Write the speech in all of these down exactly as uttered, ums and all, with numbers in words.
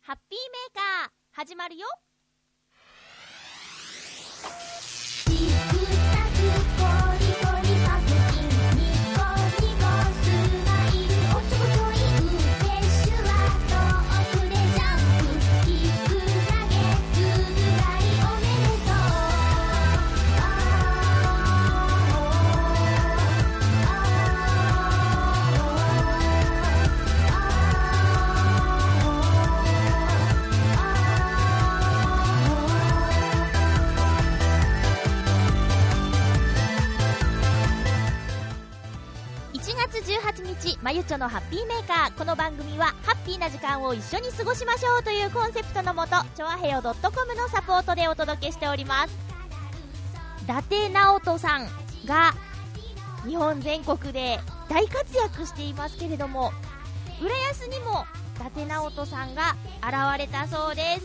ハッピーメーカー始まるよ。いちがつじゅうはちにち、まゆちょのハッピーメーカー。この番組はハッピーな時間を一緒に過ごしましょうというコンセプトのもと、ちょあへよ .com のサポートでお届けしております。伊達直人さんが日本全国で大活躍していますけれども、浦安にも伊達直人さんが現れたそうです。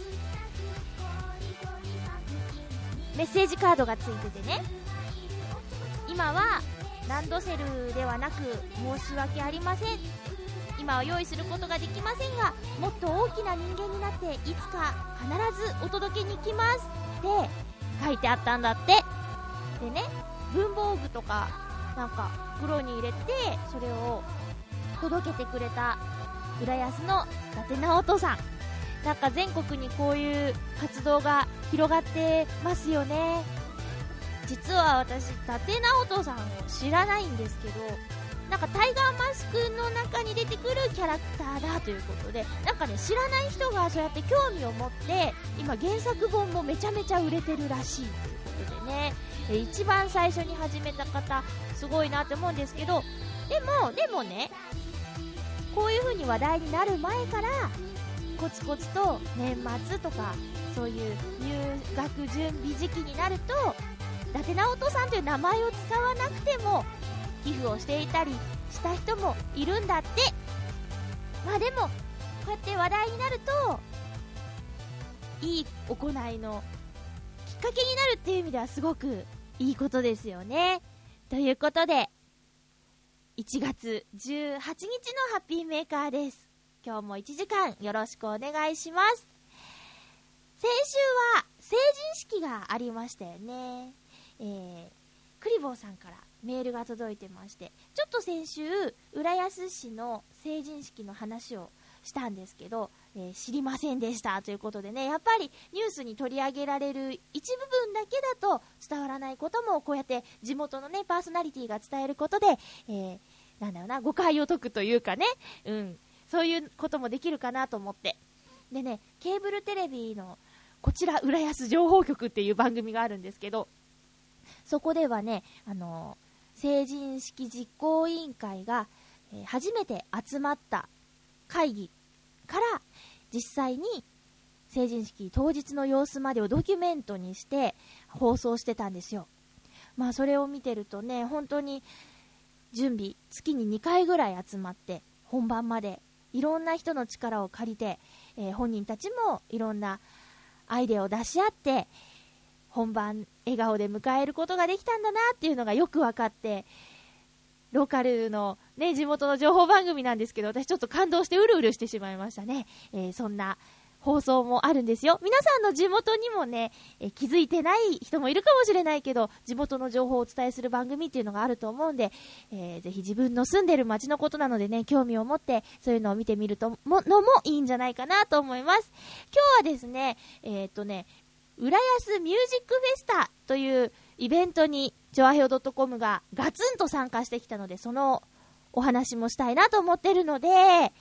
メッセージカードがついててね、今はランドセルではなく申し訳ありません、今は用意することができませんが、もっと大きな人間になっていつか必ずお届けに来ますって書いてあったんだって。でね、文房具とかなんか袋に入れてそれを届けてくれた浦安の伊達直人さん、なんか全国にこういう活動が広がってますよね。実は私伊達直人さんを知らないんですけど、なんかタイガーマスクの中に出てくるキャラクターだということで、なんかね、知らない人がそうやって興味を持って今原作本もめちゃめちゃ売れてるらしいということでね、え一番最初に始めた方すごいなって思うんですけど、でもでもね、こういう風に話題になる前からコツコツと年末とかそういう入学準備時期になると伊達直人さんという名前を使わなくても寄付をしていたりした人もいるんだって。まあでもこうやって話題になるといい行いのきっかけになるっていう意味ではすごくいいことですよね。ということでいちがつじゅうはちにちのハッピーメーカーです。今日もいちじかんよろしくお願いします。先週は成人式がありましたよね。えー、クリボーさんからメールが届いてまして、ちょっと先週浦安市の成人式の話をしたんですけど、えー、知りませんでしたということでね、やっぱりニュースに取り上げられる一部分だけだと伝わらないことも、こうやって地元のねパーソナリティが伝えることで、えー、なんだろうな、誤解を解くというかね、うん、そういうこともできるかなと思って。でね、ケーブルテレビのこちら浦安情報局っていう番組があるんですけど、そこではね、あのー、成人式実行委員会が、えー、初めて集まった会議から実際に成人式当日の様子までをドキュメントにして放送してたんですよ。まあそれを見てるとね、本当に準備月ににかいぐらい集まって本番までいろんな人の力を借りて、えー、本人たちもいろんなアイデアを出し合って本番笑顔で迎えることができたんだなっていうのがよく分かって、ローカルのね地元の情報番組なんですけど、私ちょっと感動してうるうるしてしまいましたね。えー、そんな放送もあるんですよ。皆さんの地元にもね、えー、気づいてない人もいるかもしれないけど、地元の情報をお伝えする番組っていうのがあると思うんで、えー、ぜひ自分の住んでる町のことなのでね、興味を持ってそういうのを見てみるとものもいいんじゃないかなと思います。今日はですね、えー、っとね浦安ミュージックフェスタというイベントにちょあへよ .com がガツンと参加してきたので、そのお話もしたいなと思ってるので、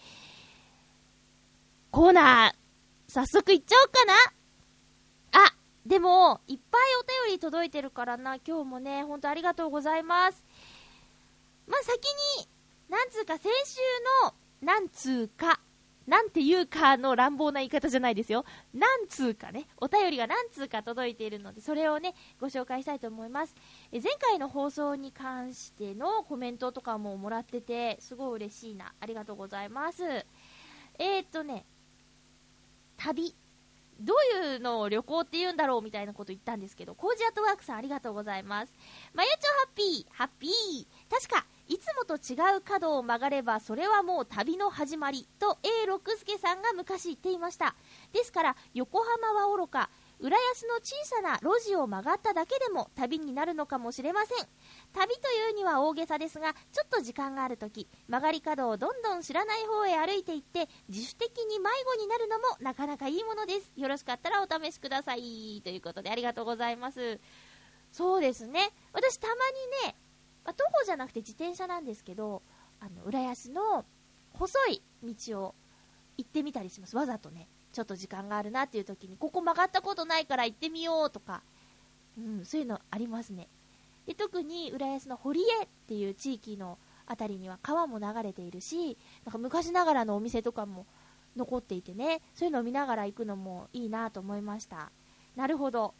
コーナー早速いっちゃおうかな。あ、でもいっぱいお便り届いてるからな、今日もね本当ありがとうございます。まあ、先になんつうか先週のなんつうかなんていうかの乱暴な言い方じゃないですよ。なんつうかね、お便りがなんつうか届いているので、それをねご紹介したいと思います。え前回の放送に関してのコメントとかももらっててすごい嬉しいな、ありがとうございます。えーっとね旅どういうのを旅行って言うんだろうみたいなこと言ったんですけど、コージアットワークさんありがとうございます。まゆちょハッピーハッピー、確かいつもと違う角を曲がればそれはもう旅の始まりと A 六輔さんが昔言っていました。ですから横浜はおろか浦安の小さな路地を曲がっただけでも旅になるのかもしれません。旅というには大げさですが、ちょっと時間があるとき曲がり角をどんどん知らない方へ歩いていって自主的に迷子になるのもなかなかいいものです。よろしかったらお試しくださいということで、ありがとうございます。そうですね、私たまにね、まあ、徒歩じゃなくて自転車なんですけど、あの浦安の細い道を行ってみたりします。わざとね、ちょっと時間があるなっていう時に、ここ曲がったことないから行ってみようとか、うん、そういうのありますね。で、特に浦安の堀江っていう地域のあたりには川も流れているし、なんか昔ながらのお店とかも残っていてね、そういうのを見ながら行くのもいいなと思いました。なるほど、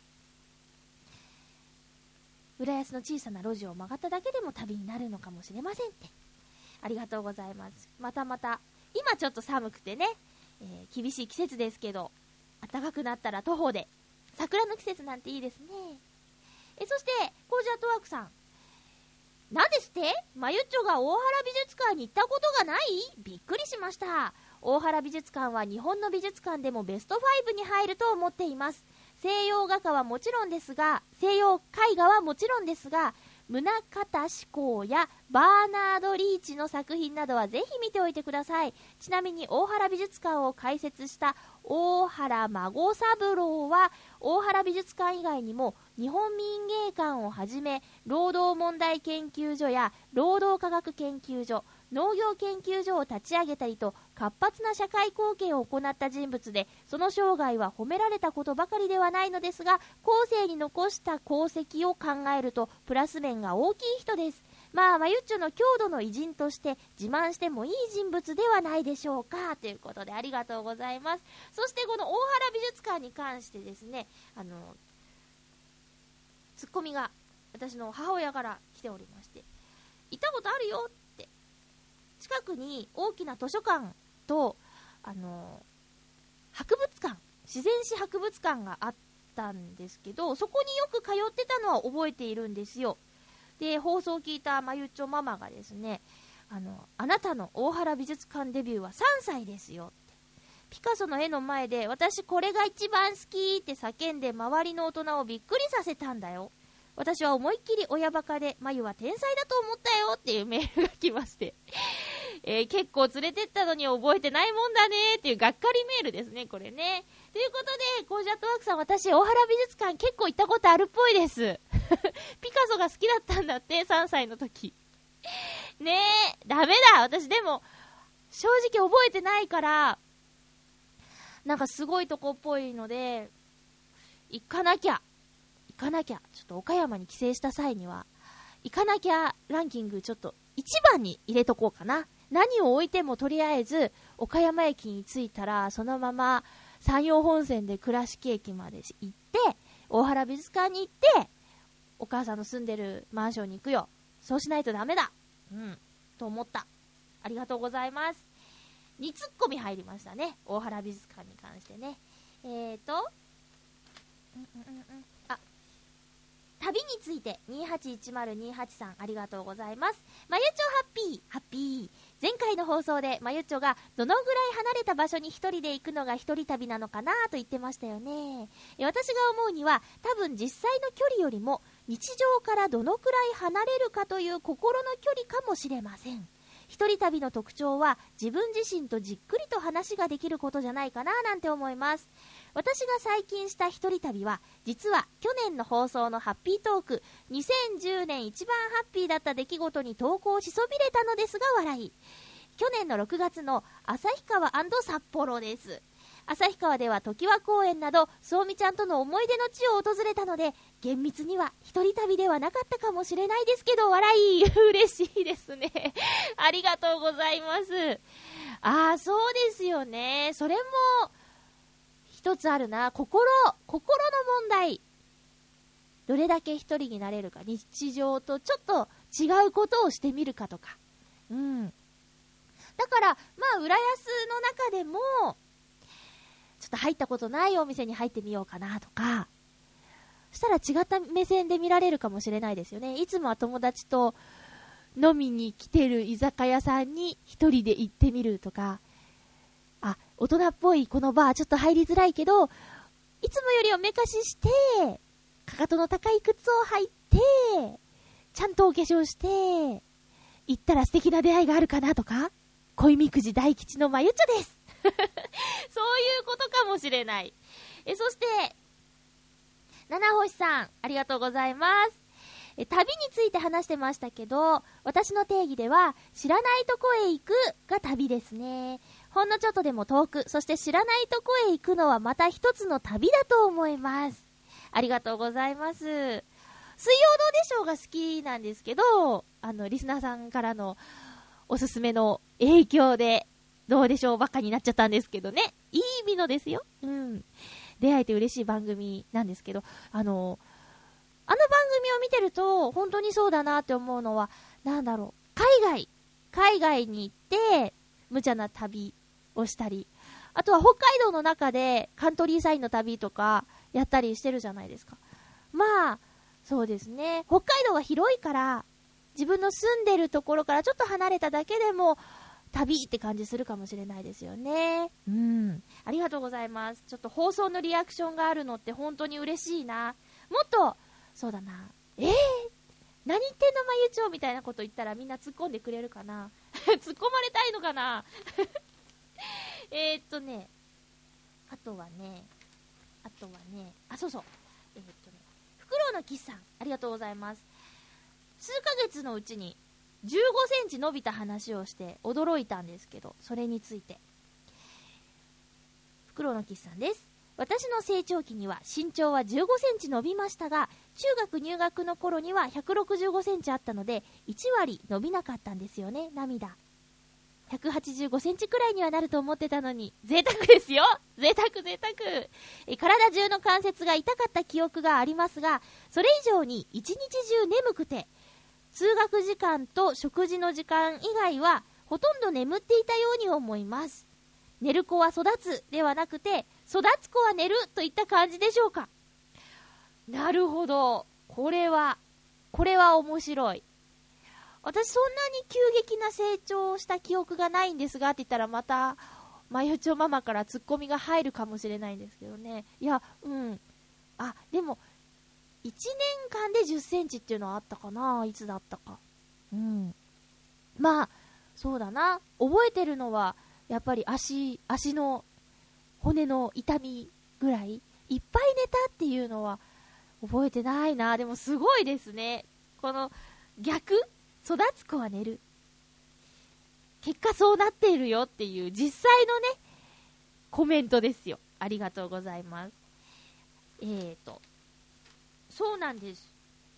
浦安の小さな路地を曲がっただけでも旅になるのかもしれませんって。ありがとうございます。またまた今ちょっと寒くてね、えー、厳しい季節ですけど、暖かくなったら徒歩で、桜の季節なんていいですね。えそしてコージアットワークさん、なんですってまゆっちょが大原美術館に行ったことがない？びっくりしました。大原美術館は日本の美術館でもベストファイブに入ると思っています。西洋画家はもちろんですが、西洋絵画はもちろんですが、宗像志功やバーナード・リーチの作品などはぜひ見ておいてください。ちなみに大原美術館を開設した大原孫三郎は、大原美術館以外にも日本民芸館をはじめ、労働問題研究所や労働科学研究所、農業研究所を立ち上げたりと活発な社会貢献を行った人物で、その生涯は褒められたことばかりではないのですが、後世に残した功績を考えるとプラス面が大きい人です。まあまゆっちょの郷土の偉人として自慢してもいい人物ではないでしょうか、ということでありがとうございます。そしてこの大原美術館に関してですね、あのツッコミが私の母親から来ておりまして、行ったことあるよって、近くに大きな図書館とあの博物館、自然史博物館があったんですけど、そこによく通ってたのは覚えているんですよ。で、放送を聞いたまゆっちょママがですね、あのあなたの大原美術館デビューはさんさいですよって、ピカソの絵の前で私これが一番好きって叫んで周りの大人をびっくりさせたんだよ。私は思いっきり親バカで、まゆは天才だと思ったよっていうメールが来まして、えー、結構連れてったのに覚えてないもんだねっていうがっかりメールですね、これね。ということで、コージャットワークさん、私大原美術館結構行ったことあるっぽいですピカソが好きだったんだって、さんさいの時ねえ、ダメだ、私でも正直覚えてないから、なんかすごいとこっぽいので行かなきゃ行かなきゃちょっと岡山に帰省した際には行かなきゃランキングちょっといちばんに入れとこうかな。何を置いてもとりあえず岡山駅に着いたらそのまま山陽本線で倉敷駅まで行って大原美術館に行ってお母さんの住んでるマンションに行くよ。そうしないとダメだ、うんと思った。ありがとうございます。にツッコミ入りましたね、大原美術館に関してね。えーと、うんうんうん、あ、旅についてにはちいちまるにはちさん、ありがとうございます。まゆちょハッピーハッピー。前回の放送でまゆちょがどのぐらい離れた場所に一人で行くのが一人旅なのかなと言ってましたよね。私が思うには多分実際の距離よりも日常からどのくらい離れるかという心の距離かもしれません。一人旅の特徴は自分自身とじっくりと話ができることじゃないかななんて思います。私が最近した一人旅は実は去年の放送のハッピートーク、にせんじゅうねん一番ハッピーだった出来事に投稿しそびれたのですが笑い。去年のろくがつの旭川&札幌です。旭川では常盤公園などそうみちゃんとの思い出の地を訪れたので厳密には一人旅ではなかったかもしれないですけど笑い嬉しいですねありがとうございます。あーそうですよね、それも一つあるな。心心の問題、どれだけ一人になれるか、日常とちょっと違うことをしてみるかとか、うんだからまあ浦安の中でもちょっと入ったことないお店に入ってみようかなとか、そしたら違った目線で見られるかもしれないですよね。いつもは友達と飲みに来てる居酒屋さんに一人で行ってみるとか、あ、大人っぽいこのバーちょっと入りづらいけど、いつもよりおめかしして、かかとの高い靴を履いて、ちゃんとお化粧して、行ったら素敵な出会いがあるかなとか、恋みくじ大吉のまゆちょです。そういうことかもしれない。え、そして、七星さん、ありがとうございます。え、旅について話してましたけど、私の定義では、知らないとこへ行くが旅ですね。ほんのちょっとでも遠く、そして知らないとこへ行くのはまた一つの旅だと思います。ありがとうございます。水曜どうでしょうが好きなんですけど、あの、リスナーさんからのおすすめの影響で、どうでしょうばっかになっちゃったんですけどね。いい意味のですよ。うん。出会えて嬉しい番組なんですけど、あの、あの番組を見てると、本当にそうだなって思うのは、なんだろう、海外、海外に行って、無茶な旅をしたり、あとは北海道の中でカントリーサインの旅とかやったりしてるじゃないですか。まあ、そうですね。北海道は広いから、自分の住んでるところからちょっと離れただけでも、旅って感じするかもしれないですよね。うん。ありがとうございます。ちょっと放送のリアクションがあるのって本当に嬉しいな。もっと、そうだな。えー、何言ってんのまゆちょみたいなこと言ったらみんな突っ込んでくれるかな。突っ込まれたいのかな。えーっとね、あとはね、あとはね、あ、そうそう。えーっとね、フクロウのキスさん、ありがとうございます。数ヶ月のうちにじゅうごセンチ伸びた話をして驚いたんですけど、それについて。フクロウのキスさんです。私の成長期には身長はじゅうごセンチ伸びましたが、中学入学の頃にはひゃくろくじゅうごセンチあったので、いち割伸びなかったんですよね、涙。ひゃくはちじゅうごセンチくらいにはなると思ってたのに、贅沢ですよ、贅沢贅沢。え、体中の関節が痛かった記憶がありますが、それ以上に一日中眠くて、通学時間と食事の時間以外はほとんど眠っていたように思います。寝る子は育つではなくて、育つ子は寝るといった感じでしょうか。なるほど。これは、これは面白い。私そんなに急激な成長をした記憶がないんですがって言ったらまた、まゆちょママからツッコミが入るかもしれないんですけどね。いや、うん。あ、でも、いちねんかんでじゅっセンチっていうのはあったかな、いつだったか。うん。まあ、そうだな。覚えてるのは、やっぱり足、足の骨の痛みぐらい。いっぱい寝たっていうのは覚えてないな。でもすごいですね。この逆、育つ子は寝る。結果そうなっているよっていう実際のね、コメントですよ。ありがとうございます。えーと、そうなんです。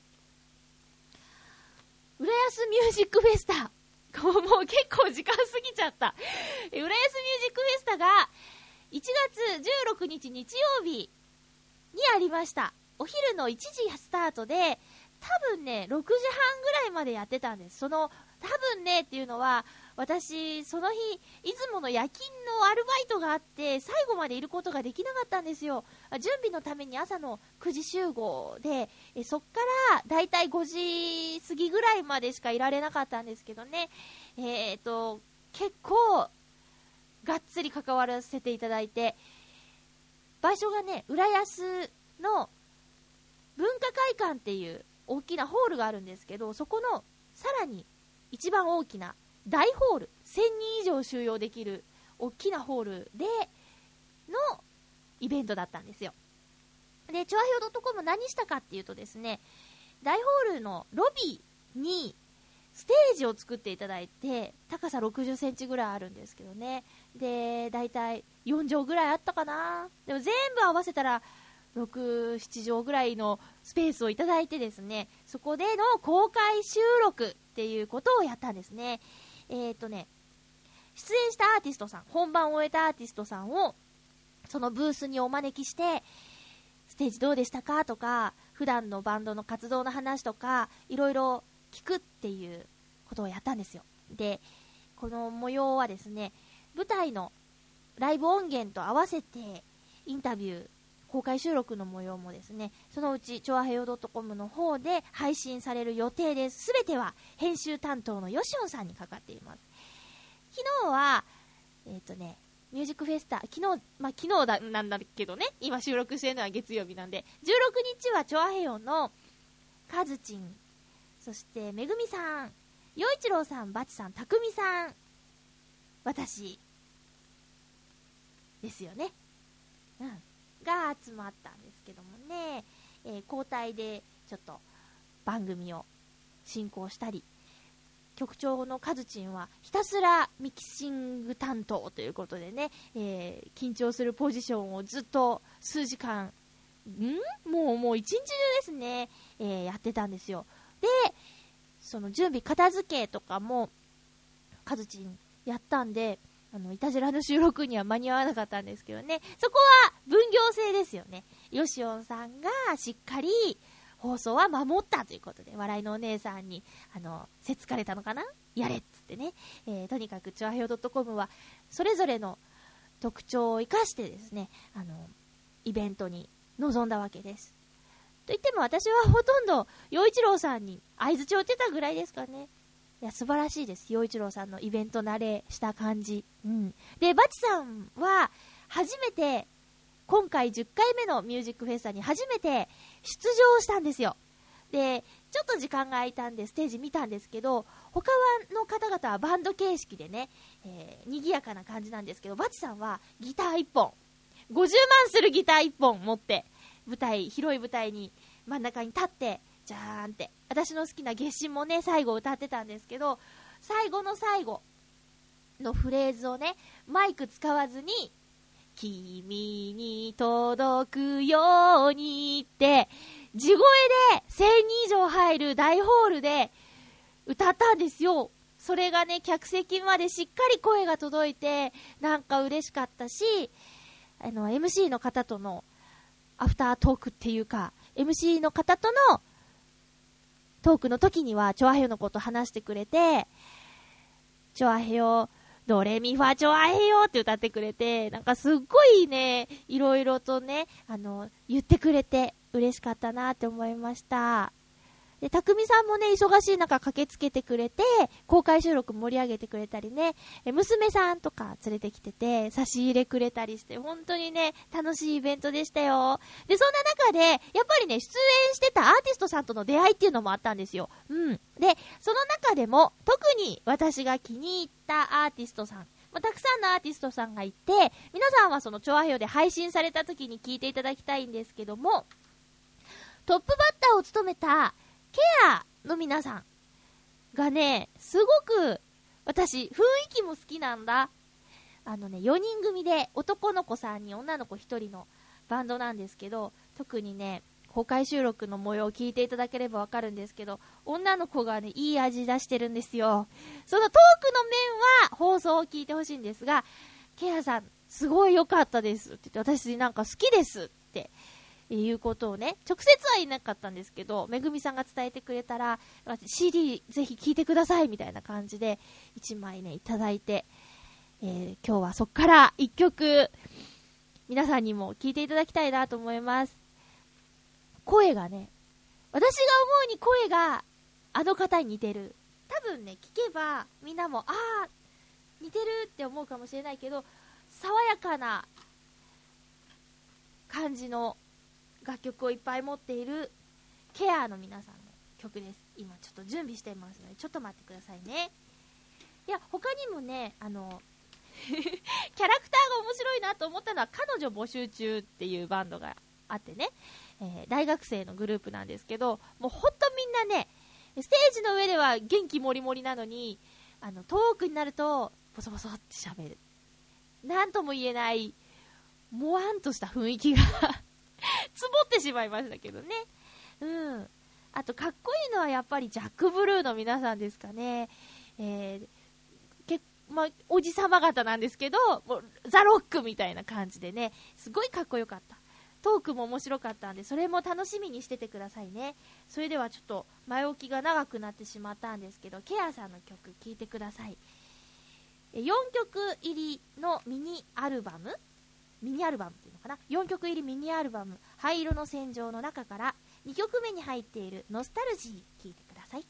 浦安ミュージックフェスタ。もう結構時間過ぎちゃった。浦安ミュージックフェスタがいちがつじゅうろくにち日曜日にありました。お昼のいちじスタートで、多分ね、ろくじはんぐらいまでやってたんです。その、多分ねっていうのは、私、その日、出雲の夜勤のアルバイトがあって、最後までいることができなかったんですよ。準備のために朝のくじ集合で、えそっからだいたいごじ過ぎぐらいまでしかいられなかったんですけどね。えーと、結構、がっつり関わらせていただいて、場所がね、浦安の文化会館っていう大きなホールがあるんですけど、そこのさらに一番大きな大ホール、せんにん以上収容できる大きなホールでのイベントだったんですよ。で、チョアヘオ .com 何したかっていうとですね、大ホールのロビーにステージを作っていただいて、高さろくじゅっセンチぐらいあるんですけどね。で、だいたいよんじょうぐらいあったかな。でも全部合わせたらろく、ななじょうぐらいのスペースをいただいてですね、そこでの公開収録っていうことをやったんですね。えーとね、出演したアーティストさん、本番を終えたアーティストさんをそのブースにお招きして、ステージどうでしたかとか、普段のバンドの活動の話とか、いろいろ聞くっていうことをやったんですよ。で、この模様はですね、舞台のライブ音源と合わせてインタビュー公開収録の模様もですね、そのうちチョアヘヨ .com の方で配信される予定です。すべては編集担当のヨシオンさんにかかっています。昨日はえっとねミュージックフェスタ、昨日、まあ、昨日だなんだけどね、今収録してるのは月曜日なんで、じゅうろくにちはチョアヘヨのカズチン、そしてめぐみさん、よいちろうさん、バチさん、たくみさん、私ですよね、うん、が集まったんですけどもね、えー、交代でちょっと番組を進行したり、局長のカズチンはひたすらミキシング担当ということでね、えー、緊張するポジションをずっと数時間、んもうもう一日中ですね、えー、やってたんですよ。で、その準備片付けとかもカズチンやったんで、あのイタジラの収録には間に合わなかったんですけどね、そこは分業制ですよね。ヨシオンさんがしっかり放送は守ったということで、笑いのお姉さんにあのせっつかれたのかな、やれっつってね、えー、とにかくチョアヘヨ .com はそれぞれの特徴を生かしてですね、あのイベントに臨んだわけです。といっても私はほとんど陽一郎さんに相槌を打ってたぐらいですかね。いや素晴らしいです、陽一郎さんのイベント慣れした感じ、うん、でバチさんは初めて今回じゅっかいめのミュージックフェスタに初めて出場したんですよ。でちょっと時間が空いたんでステージ見たんですけど、他の方々はバンド形式でね、えー、賑やかな感じなんですけど、バチさんはギターいっぽん、ごじゅうまんするギターいっぽん持って舞台、広い舞台に真ん中に立ってじゃーんって、私の好きな月心もね最後歌ってたんですけど、最後の最後のフレーズをねマイク使わずに君に届くようにって地声でせんにん以上入る大ホールで歌ったんですよ。それがね客席までしっかり声が届いてなんか嬉しかったし、あの エムシー の方とのアフタートークっていうか エムシー の方とのトークの時にはチョアヘヨのこと話してくれて、チョアヘヨドレミファチョアヘヨって歌ってくれて、なんかすっごいねいろいろとねあの言ってくれて嬉しかったなって思いました。でたくみさんもね忙しい中駆けつけてくれて公開収録盛り上げてくれたりね、え娘さんとか連れてきてて差し入れくれたりして本当にね楽しいイベントでしたよ。でそんな中でやっぱりね出演してたアーティストさんとの出会いっていうのもあったんですよ。うんでその中でも特に私が気に入ったアーティストさん、まあ、たくさんのアーティストさんがいて、皆さんはそのチョアヘヨで配信された時に聞いていただきたいんですけども、トップバッターを務めたケアの皆さんがねすごく私雰囲気も好きなんだ。あのねよにん組で男の子さんにん女の子ひとりのバンドなんですけど、特にね公開収録の模様を聞いていただければわかるんですけど、女の子がねいい味出してるんですよ。そのトークの面は放送を聞いてほしいんですが、ケアさんすごい良かったですって言って、私なんか好きですっていうことをね直接は言いなかったんですけど、めぐみさんが伝えてくれたら シーディー ぜひ聴いてくださいみたいな感じでいちまいねいただいて、えー、今日はそっからいっきょく皆さんにも聴いていただきたいなと思います。声がね、私が思うに声があの方に似てる。多分ね聞けばみんなもあー似てるって思うかもしれないけど、爽やかな感じの楽曲をいっぱい持っているケアの皆さんの曲です。今ちょっと準備してますのでちょっと待ってくださいね。いや他にもねあのキャラクターが面白いなと思ったのは彼女募集中っていうバンドがあってね、えー、大学生のグループなんですけど、もうほんとみんなねステージの上では元気もりもりなのに、あのトークになるとボソボソって喋る、なんとも言えないもわんとした雰囲気がつぼってしまいましたけどね。うん。あとかっこいいのはやっぱりジャックブルーの皆さんですかね。えー、けまあ、おじさま方なんですけど、もうザ・ロックみたいな感じでね、すごいかっこよかった。トークも面白かったんで、それも楽しみにしててくださいね。それではちょっと前置きが長くなってしまったんですけど、ケアさんの曲聴いてください。よんきょく入りのミニアルバムミニアルバムっていうのかな、よんきょく入りミニアルバム灰色の戦場の中からにきょくめに入っているノスタルジー聴いてください。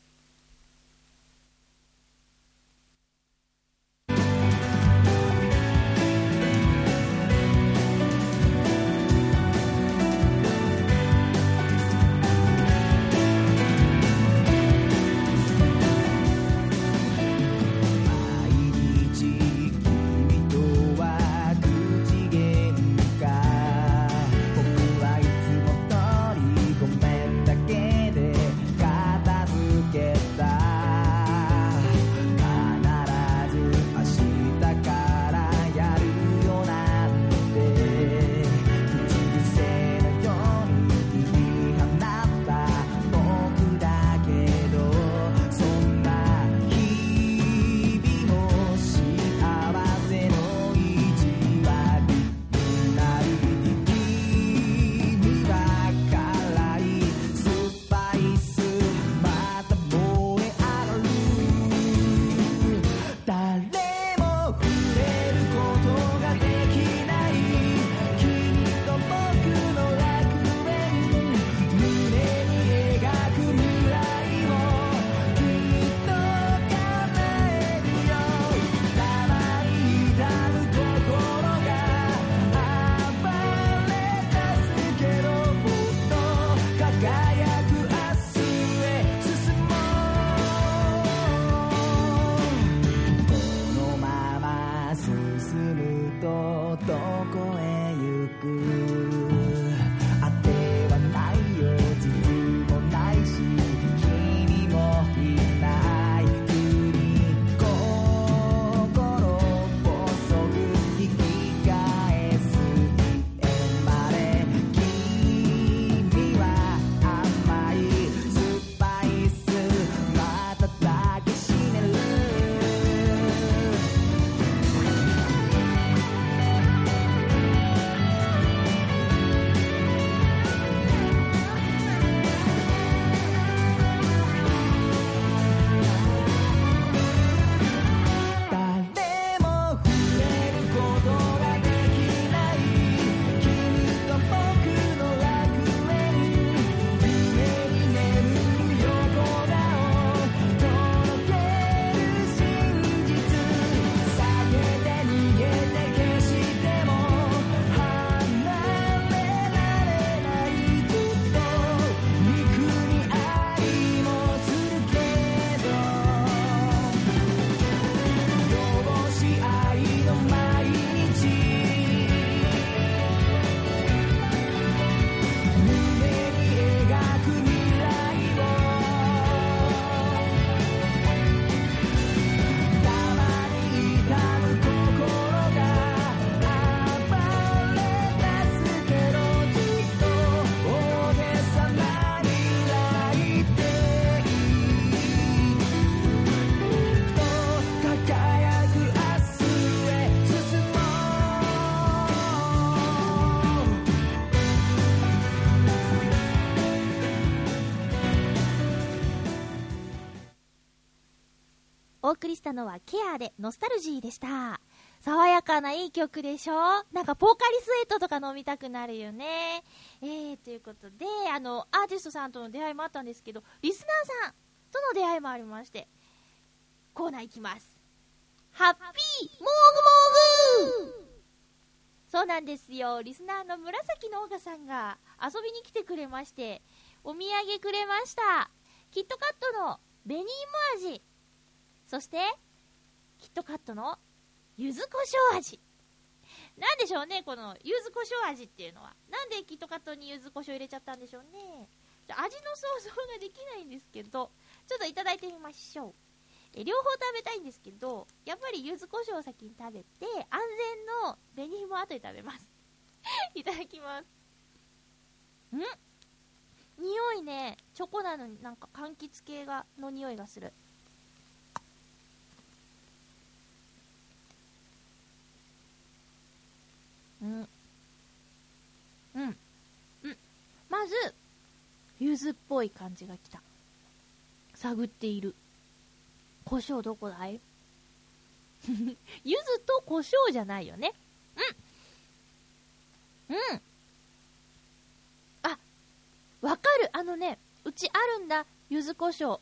お送りしたのはケアでノスタルジーでした。爽やかないい曲でしょ。なんかポーカリスエットとか飲みたくなるよね。えー、ということで、あのアーティストさんとの出会いもあったんですけど、リスナーさんとの出会いもありまして、コーナー行きます。ハッピーモーグモーグ。そうなんですよ。リスナーの紫のオガさんが遊びに来てくれまして、お土産くれました。キットカットの紅芋味、そしてキットカットの柚子胡椒味。なんでしょうね、この柚子胡椒味っていうのは。なんでキットカットに柚子胡椒入れちゃったんでしょうね。味の想像ができないんですけど、ちょっといただいてみましょう。え両方食べたいんですけど、やっぱり柚子胡椒を先に食べて、安全の紅芋を後で食べますいただきます。ん匂いね、チョコなのになんか柑橘系がの匂いがする。うんうんうん。まず柚子っぽい感じがきた。探っている。胡椒どこだい柚子と胡椒じゃないよね。うん。 うん。あ、わかる。あのね、うちあるんだ。柚子胡椒。若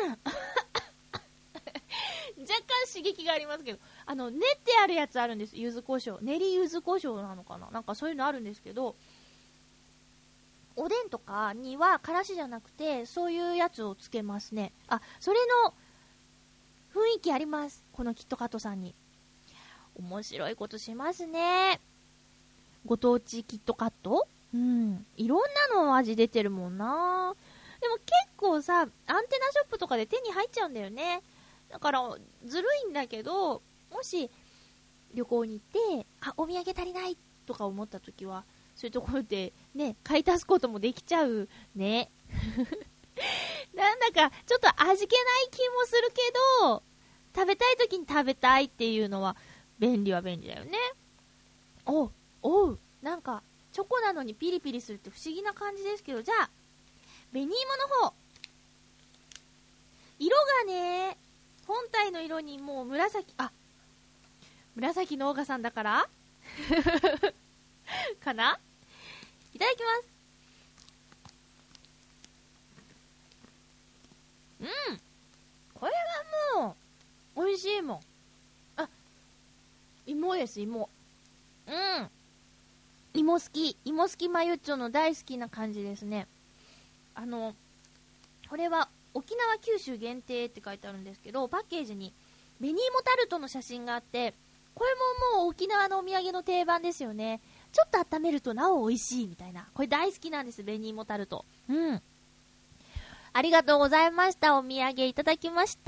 干刺激がありますけど、あの、練ってあるやつあるんです。柚子胡椒。練り柚子胡椒なのかな、なんかそういうのあるんですけど、おでんとかにはからしじゃなくて、そういうやつをつけますね。あ、それの雰囲気あります。このキットカットさんに。面白いことしますね。ご当地キットカット？うん。いろんなの味出てるもんな。でも結構さ、アンテナショップとかで手に入っちゃうんだよね。だから、ずるいんだけど、もし、旅行に行って、あ、お土産足りないとか思った時は、そういうところでね、買い足すこともできちゃうね。なんだか、ちょっと味気ない気もするけど、食べたい時に食べたいっていうのは、便利は便利だよね。おう、おう、なんか、チョコなのにピリピリするって不思議な感じですけど、じゃあ、紅芋の方。色がね、本体の色にもう紫、あ、紫のオーガさんだからかないただきます。うん。これはもう、美味しいもん。あ、芋です、芋。うん。芋好き。芋好きマユッチョの大好きな感じですね。あの、これは沖縄九州限定って書いてあるんですけど、パッケージに紅芋タルトの写真があって、これももう沖縄のお土産の定番ですよね。ちょっと温めるとなお美味しいみたいな。これ大好きなんです、紅芋タルト。うん。ありがとうございました。お土産いただきました。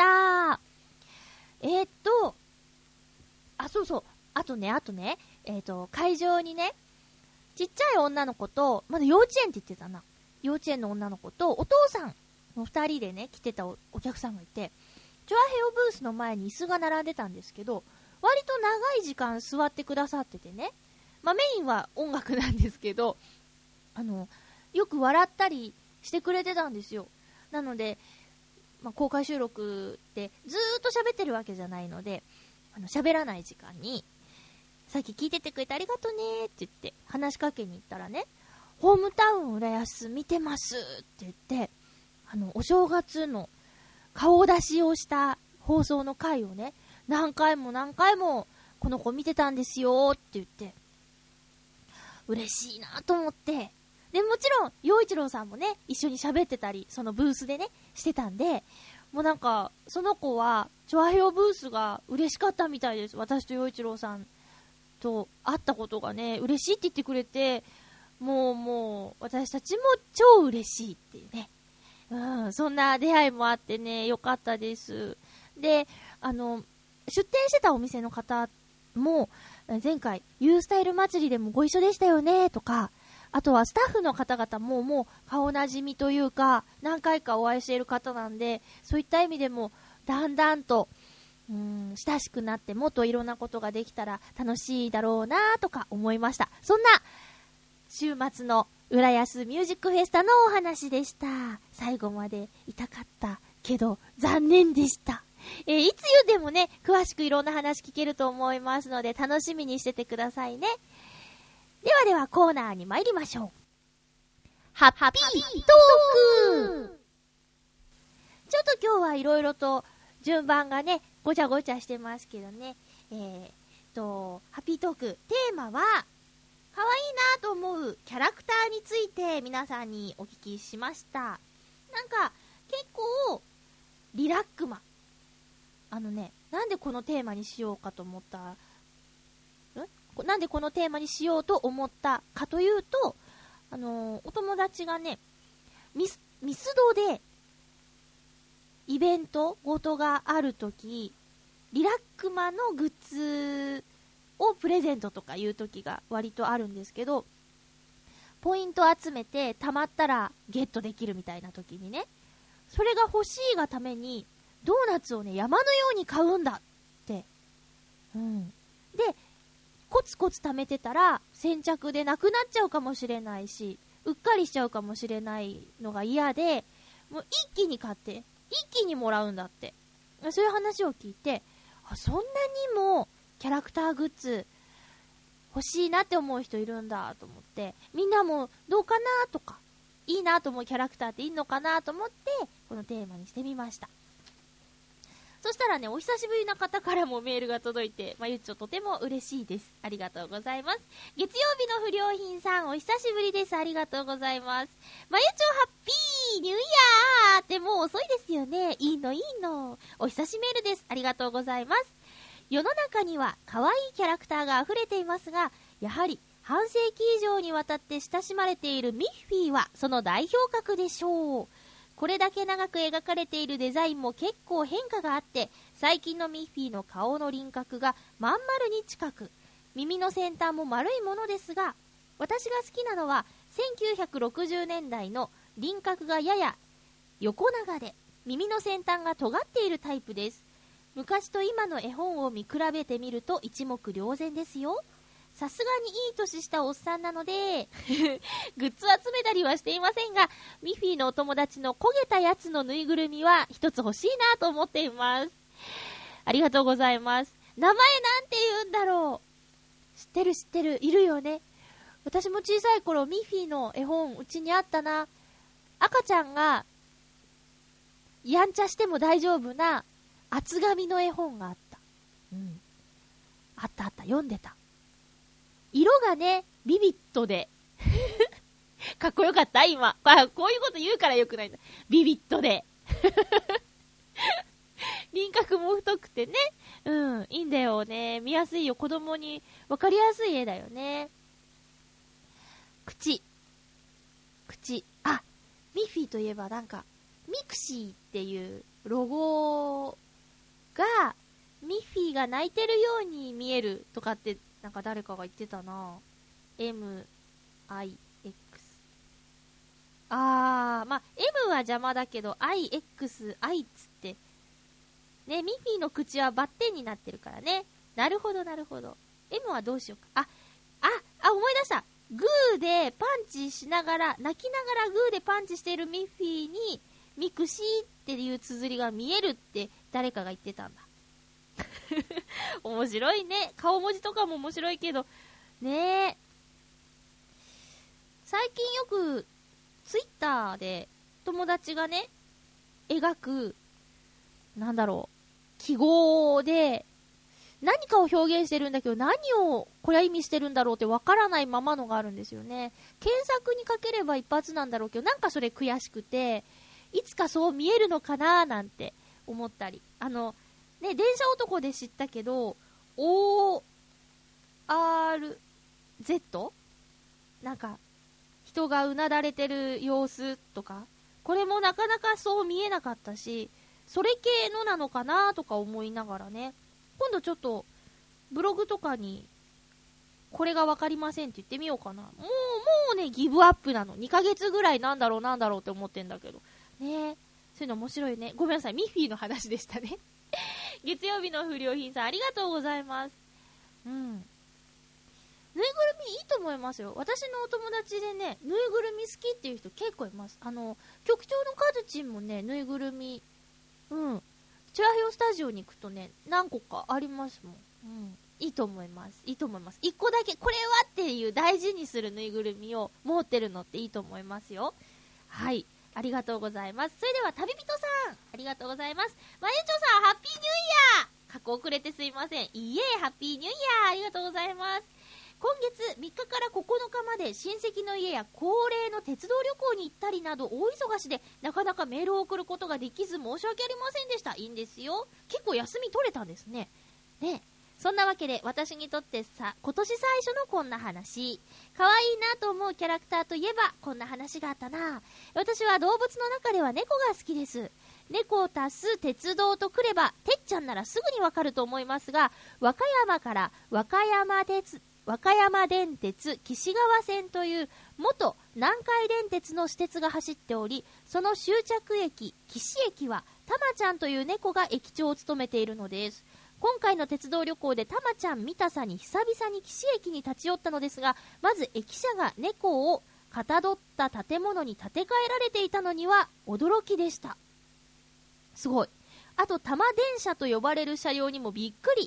えー、っと、あ、そうそう。あとね、あとね、えー、っと、会場にね、ちっちゃい女の子と、まだ幼稚園って言ってたな。幼稚園の女の子と、お父さんの二人でね、来てた お, お客さんがいて、チョアヘオブースの前に椅子が並んでたんですけど、割と長い時間座ってくださっててね、まあメインは音楽なんですけど、あの、よく笑ったりしてくれてたんですよ。なので、まあ、公開収録ってずーっと喋ってるわけじゃないので、あの喋らない時間に、さっき聞いててくれてありがとねって言って話しかけに行ったらね、ホームタウン浦安見てますって言って、あのお正月の顔出しをした放送の回をね、何回も何回もこの子見てたんですよって言って、嬉しいなと思って、でもちろん陽一郎さんもね一緒に喋ってたり、そのブースでねしてたんで、もうなんかその子はチョアヘオブースが嬉しかったみたいです。私と陽一郎さんと会ったことがね嬉しいって言ってくれて、もうもう私たちも超嬉しいっていうね、うん、そんな出会いもあってね、よかったです。で、あの出店してたお店の方も前回ユースタイル祭りでもご一緒でしたよねとか、あとはスタッフの方々ももう顔なじみというか何回かお会いしている方なんで、そういった意味でもだんだんとうーん親しくなってもっといろんなことができたら楽しいだろうなとか思いました。そんな週末の浦安ミュージックフェスタのお話でした。最後までいたかったけど残念でした。えー、いつ言うでもね詳しくいろんな話聞けると思いますので楽しみにしててくださいね。ではではコーナーに参りましょう。ハッピートーク。ちょっと今日はいろいろと順番がねごちゃごちゃしてますけどね、えーとハッピートークテーマは可愛いなと思うキャラクターについて皆さんにお聞きしました。なんか結構リラックマ、あのね、なんでこのテーマにしようかと思ったんなんでこのテーマにしようと思ったかというと、あのー、お友達がねミス、ミスドでイベントごとがあるとき、リラックマのグッズをプレゼントとかいうときが割とあるんですけど、ポイント集めて貯まったらゲットできるみたいなときにね、それが欲しいがためにドーナツをね山のように買うんだって、うん、でコツコツ貯めてたら先着でなくなっちゃうかもしれないし、うっかりしちゃうかもしれないのが嫌で、もう一気に買って一気にもらうんだって、そういう話を聞いて、あ、そんなにもキャラクターグッズ欲しいなって思う人いるんだと思って、みんなもどうかなとか、いいなと思うキャラクターっていいのかなと思って、このテーマにしてみました。そしたらね、お久しぶりな方からもメールが届いて、まゆっちょとても嬉しいです。ありがとうございます。月曜日の不良品さん、お久しぶりです。ありがとうございます。まゆちょハッピーニューイヤーってもう遅いですよね。いいのいいの。お久しメールです。ありがとうございます。世の中には可愛いキャラクターが溢れていますが、やはり半世紀以上にわたって親しまれているミッフィーはその代表格でしょう。これだけ長く描かれているデザインも結構変化があって、最近のミッフィーの顔の輪郭がまん丸に近く、耳の先端も丸いものですが、私が好きなのはせんきゅうひゃくろくじゅうねんだいの輪郭がやや横長で耳の先端が尖っているタイプです。昔と今の絵本を見比べてみると一目瞭然ですよ。さすがにいい年したおっさんなのでグッズ集めたりはしていませんが、ミッフィーのお友達の焦げたやつのぬいぐるみは一つ欲しいなと思っています。ありがとうございます。名前なんて言うんだろう。知ってる知ってる、いるよね。私も小さい頃ミッフィーの絵本うちにあったな。赤ちゃんがやんちゃしても大丈夫な厚紙の絵本があった。うん。あったあった、読んでた。色がね、ビビッドで。かっこよかった今。こういうこと言うからよくないんだ。ビビッドで。輪郭も太くてね。うん、いいんだよね。見やすいよ。子供にわかりやすい絵だよね。口。口。あ、ミッフィーといえばなんか、ミクシーっていうロゴが、ミッフィーが泣いてるように見えるとかってなんか誰かが言ってたな。 エムアイエックス あー、まあ M は邪魔だけど アイエックス I っつってね、ミッフィーの口はバッテンになってるからね。なるほどなるほど。 M はどうしようか。あ、あ、あ、思い出した。グーでパンチしながら、泣きながらグーでパンチしているミッフィーにミクシーっていう綴りが見えるって誰かが言ってたんだ。面白いね。顔文字とかも面白いけどねえ。最近よくツイッターで友達がね描くなんだろう記号で何かを表現してるんだけど、何をこれは意味してるんだろうってわからないままのがあるんですよね。検索にかければ一発なんだろうけど、なんかそれ悔しくて、いつかそう見えるのかなーなんて思ったり、あのね、電車男で知ったけど オーアールゼット なんか人がうなだれてる様子とか、これもなかなかそう見えなかったし、それ系のなのかなとか思いながらね、今度ちょっとブログとかにこれがわかりませんって言ってみようかな。もうもうねギブアップなの。にかげつぐらいなんだろうなんだろうって思ってんだけどね。そういうの面白いね。ごめんなさい、ミッフィーの話でしたね。月曜日の不良品さんありがとうございます。うん、ぬいぐるみいいと思いますよ。私のお友達でね、ぬいぐるみ好きっていう人結構います。あの局長のカズチンもね、ぬいぐるみ、うんチュアヘオスタジオに行くとね何個かありますもん。うん、いいと思いますいいと思います。いっこだけこれはっていう大事にするぬいぐるみを持ってるのっていいと思いますよ。はい、ありがとうございます。それでは旅人さんありがとうございます。まゆちょさんハッピーニューイヤー。過去遅れてすいません。いいえ、ハッピーニューイヤーありがとうございます。今月みっかからここのかまで親戚の家や恒例の鉄道旅行に行ったりなど大忙しでなかなかメールを送ることができず申し訳ありませんでした。いいんですよ。結構休み取れたんですね。ね、そんなわけで私にとってさ、今年最初のこんな話、可愛いなと思うキャラクターといえばこんな話があったな。私は動物の中では猫が好きです。猫を足す鉄道とくればてっちゃんならすぐにわかると思いますが、和歌山から和歌山鉄和歌山電鉄岸川線という元南海電鉄の私鉄が走っており、その終着駅岸駅はたまちゃんという猫が駅長を務めているのです。今回の鉄道旅行でたまちゃん見たさに久々に岸駅に立ち寄ったのですが、まず駅舎が猫をかたどった建物に建て替えられていたのには驚きでした。すごい。あと多摩電車と呼ばれる車両にもびっくり。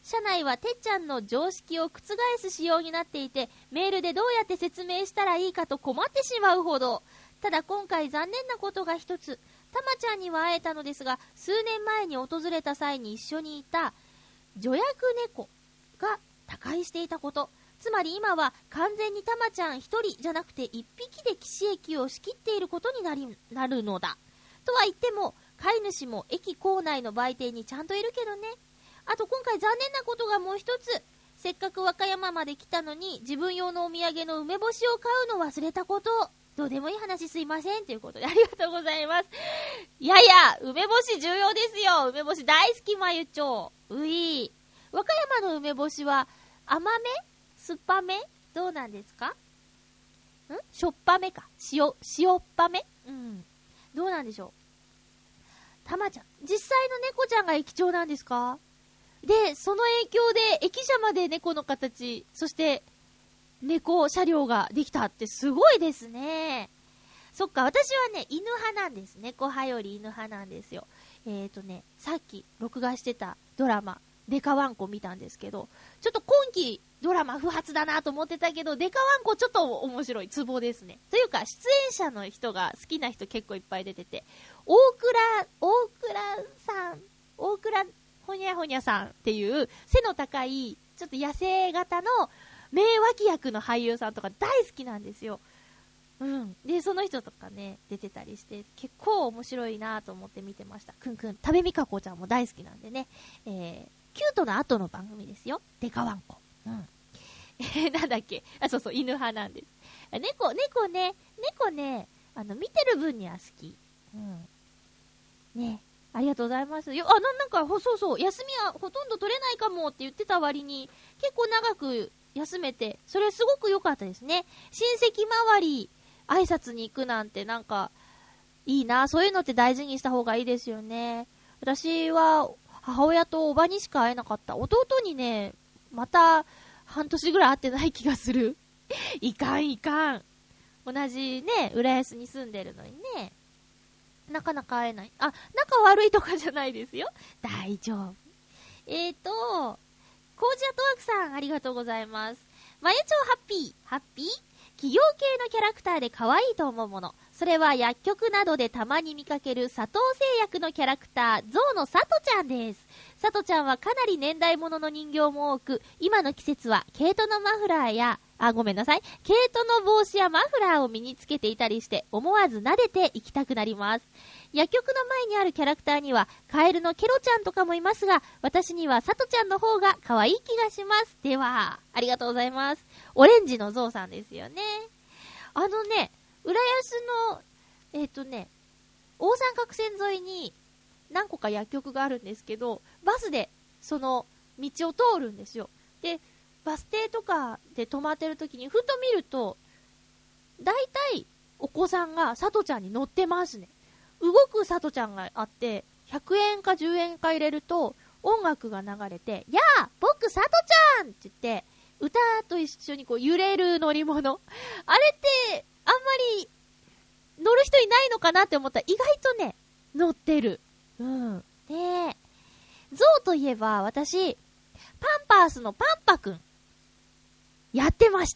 社内はてっちゃんの常識を覆す仕様になっていて、メールでどうやって説明したらいいかと困ってしまうほど。ただ今回残念なことが一つ。たまちゃんには会えたのですが、数年前に訪れた際に一緒にいた助役猫が他界していたこと。つまり今は完全にたまちゃん一人じゃなくて一匹で騎士駅を仕切っていることになり、なるのだ。とは言っても、飼い主も駅構内の売店にちゃんといるけどね。あと今回残念なことがもう一つ。せっかく和歌山まで来たのに自分用のお土産の梅干しを買うの忘れたこと。どうでもいい話すいませんということでありがとうございます。いやいや、梅干し重要ですよ。梅干し大好きまゆちょう。うい。和歌山の梅干しは甘め？酸っぱめ？どうなんですか？ん？しょっぱめか。塩、塩っぱめ？うん。どうなんでしょう。たまちゃん。実際の猫ちゃんが駅長なんですか？で、その影響で駅舎まで猫の形、そして猫車両ができたってすごいですね。そっか、私はね、犬派なんです。猫派より犬派なんですよ。えーとね、さっき録画してたドラマ、デカワンコ見たんですけど、ちょっと今期ドラマ不発だなと思ってたけど、デカワンコちょっと面白い、ツボですね。というか、出演者の人が好きな人結構いっぱい出てて、大倉、大倉さん、大倉ほにゃほにゃさんっていう背の高い、ちょっと野生型の名脇役の俳優さんとか大好きなんですよ。うん。で、その人とかね、出てたりして、結構面白いなと思って見てました。くんくん、食べみかこちゃんも大好きなんでね。えー、キュートな後の番組ですよ。デカワンコ。うん。えー、なんだっけ。あ、そうそう、犬派なんです。猫、猫ね、猫ね、あの、見てる分には好き。うん。ね。ありがとうございます。よ、あ、な、なんか、そうそう、休みはほとんど取れないかもって言ってた割に、結構長く休めて、それすごく良かったですね。親戚周り、挨拶に行くなんてなんか、いいな。そういうのって大事にした方がいいですよね。私は、母親とおばにしか会えなかった。弟にね、また、半年ぐらい会ってない気がする。いかんいかん。同じね、浦安に住んでるのにね。なかなか会えない。あ、仲悪いとかじゃないですよ。大丈夫。えーと、コージアトワークさん、ありがとうございます。まゆちょうハッピー、ハッピー企業系のキャラクターで可愛いと思うもの。それは薬局などでたまに見かける佐藤製薬のキャラクター、ゾウのサトちゃんです。サトちゃんはかなり年代物の人形も多く、今の季節は毛糸のマフラーや、あ、ごめんなさい。毛糸の帽子やマフラーを身につけていたりして、思わず撫でていきたくなります。薬局の前にあるキャラクターには、カエルのケロちゃんとかもいますが、私にはサトちゃんの方が可愛い気がします。では、ありがとうございます。オレンジのゾウさんですよね。あのね、浦安の、えっとね、大三角線沿いに何個か薬局があるんですけど、バスでその道を通るんですよ。で、バス停とかで止まってる時にふと見ると、だいたいお子さんがサトちゃんに乗ってますね。動くサトちゃんがあって、ひゃくえんかじゅうえんか入れると音楽が流れて、やあ僕サトちゃんって言って、歌と一緒にこう揺れる乗り物。あれってあんまり乗る人いないのかなって思ったら意外とね、乗ってる。うん。で、ゾウといえば私、パンパースのパンパくん、やってました。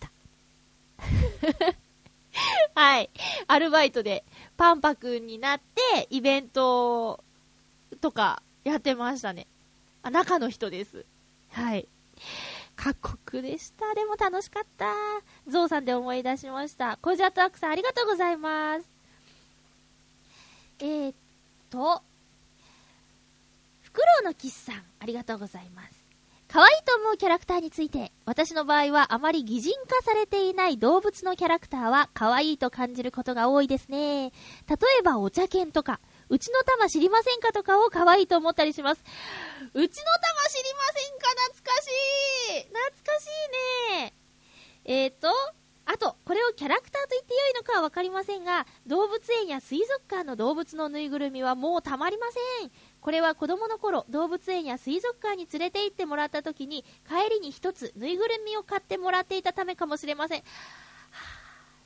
はい。アルバイトでパンパくんになってイベントとかやってましたね。あ、中の人です。はい。過酷でした。でも楽しかった。ゾウさんで思い出しました。コジャットアクさんありがとうございます。えーっと、フクロウのキスさんありがとうございます。可愛いと思うキャラクターについて、私の場合はあまり擬人化されていない動物のキャラクターは可愛いと感じることが多いですね。例えばお茶犬とか、うちの玉知りませんかとかを可愛いと思ったりします。うちの玉知りませんか、懐かしい懐かしいね。えーと、あと、これをキャラクターと言って良いのかはわかりませんが、動物園や水族館の動物のぬいぐるみはもうたまりません。これは子供の頃、動物園や水族館に連れて行ってもらった時に、帰りに一つぬいぐるみを買ってもらっていたためかもしれません。はぁ、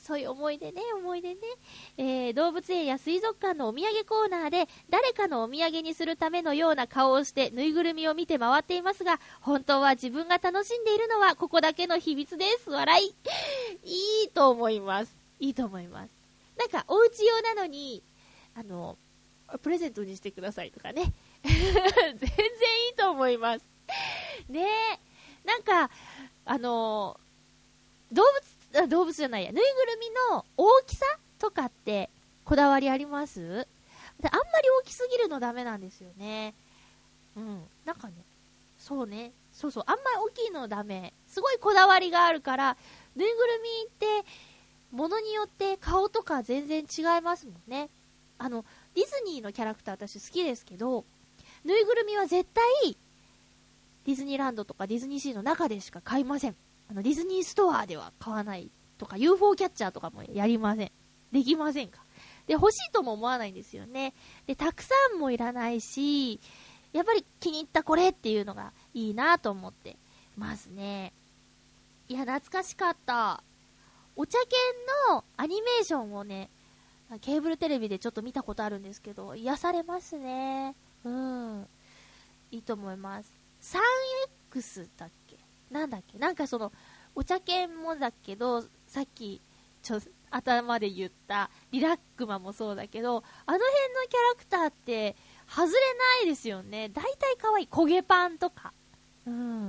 そういう思い出ね、思い出ね。えー、動物園や水族館のお土産コーナーで誰かのお土産にするためのような顔をしてぬいぐるみを見て回っていますが、本当は自分が楽しんでいるのはここだけの秘密です。笑い。いいと思います。いいと思います。なんかお家用なのに、あの、プレゼントにしてくださいとかね。全然いいと思います。ねえ。なんか、あの、動物、動物じゃないや、ぬいぐるみの大きさとかってこだわりあります？あんまり大きすぎるのダメなんですよね。うん。なんかね、そうね。そうそう。あんまり大きいのダメ。すごいこだわりがあるから、ぬいぐるみって、ものによって顔とか全然違いますもんね。あの、ディズニーのキャラクター私好きですけど、ぬいぐるみは絶対、ディズニーランドとかディズニーシーの中でしか買いません。あのディズニーストアでは買わないとか ユーフォー キャッチャーとかもやりません。できませんか。で、欲しいとも思わないんですよね。で、たくさんもいらないし、やっぱり気に入ったこれっていうのがいいなと思ってますね。いや、懐かしかった。お茶犬のアニメーションをね、ケーブルテレビでちょっと見たことあるんですけど、癒されますね。うん。いいと思います。スリーエックス だっけなんだっけなんかその、お茶犬もだけど、さっき、ちょ、頭で言った、リラックマもそうだけど、あの辺のキャラクターって、外れないですよね。だいたい可愛い。焦げパンとか。うん。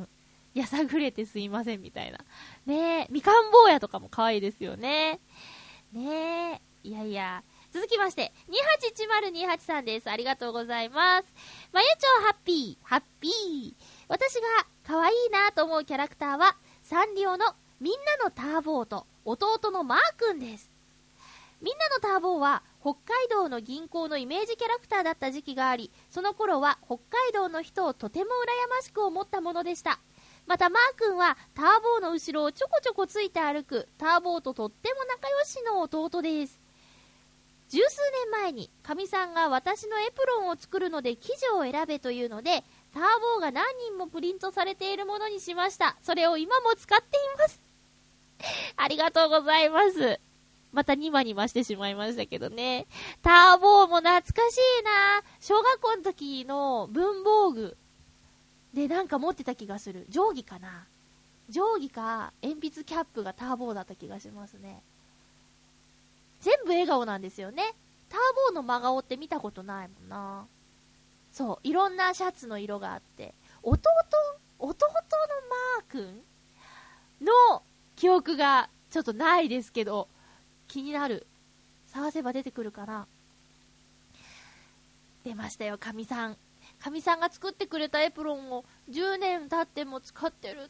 やさぐれてすいませんみたいな。ねえ、みかん坊やとかも可愛いですよね。ねえ、いやいや。続きまして、にはちいちまるにはちさんです。ありがとうございます。まゆちょハッピー、ハッピー。私が可愛いなと思うキャラクターは、サンリオのみんなのターボーと弟のマーくんです。みんなのターボーは北海道の銀行のイメージキャラクターだった時期があり、その頃は北海道の人をとても羨ましく思ったものでした。またマーくんはターボーの後ろをちょこちょこついて歩くターボーととっても仲良しの弟です。十数年前にかみさんが私のエプロンを作るので生地を選べというので、ターボーが何人もプリントされているものにしました。それを今も使っています。ありがとうございます。またニマニマしてしまいましたけどね。ターボーも懐かしいな。小学校の時の文房具でなんか持ってた気がする。定規かな。定規か鉛筆キャップがターボーだった気がしますね。全部笑顔なんですよね。ターボーの真顔って見たことないもんな。そう、いろんなシャツの色があって、弟、弟のマー君の記憶がちょっとないですけど、気になる。探せば出てくるかな。出ましたよ、かみさん。かみさんが作ってくれたエプロンをじゅうねん経っても使ってるって。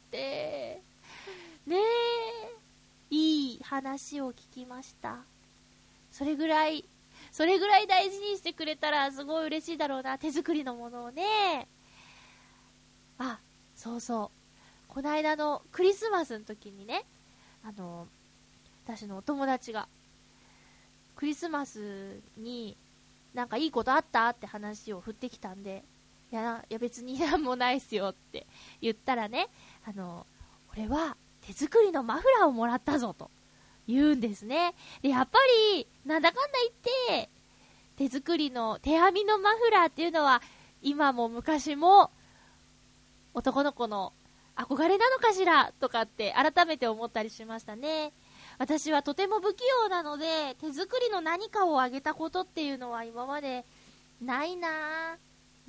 ねえ、いい話を聞きました。それぐらい、それぐらい大事にしてくれたらすごい嬉しいだろうな。手作りのものをね。あ、そうそう。この間のクリスマスの時にね、あの、私のお友達が、クリスマスになんかいいことあったって話を振ってきたんで、いや、いや別になんもないっすよって言ったらね、あの、俺は手作りのマフラーをもらったぞと言うんですね。で、やっぱり、なんだかんだ言って、手作りの手編みのマフラーっていうのは、今も昔も男の子の憧れなのかしらとかって改めて思ったりしましたね。私はとても不器用なので、手作りの何かをあげたことっていうのは今までないなぁ。うん。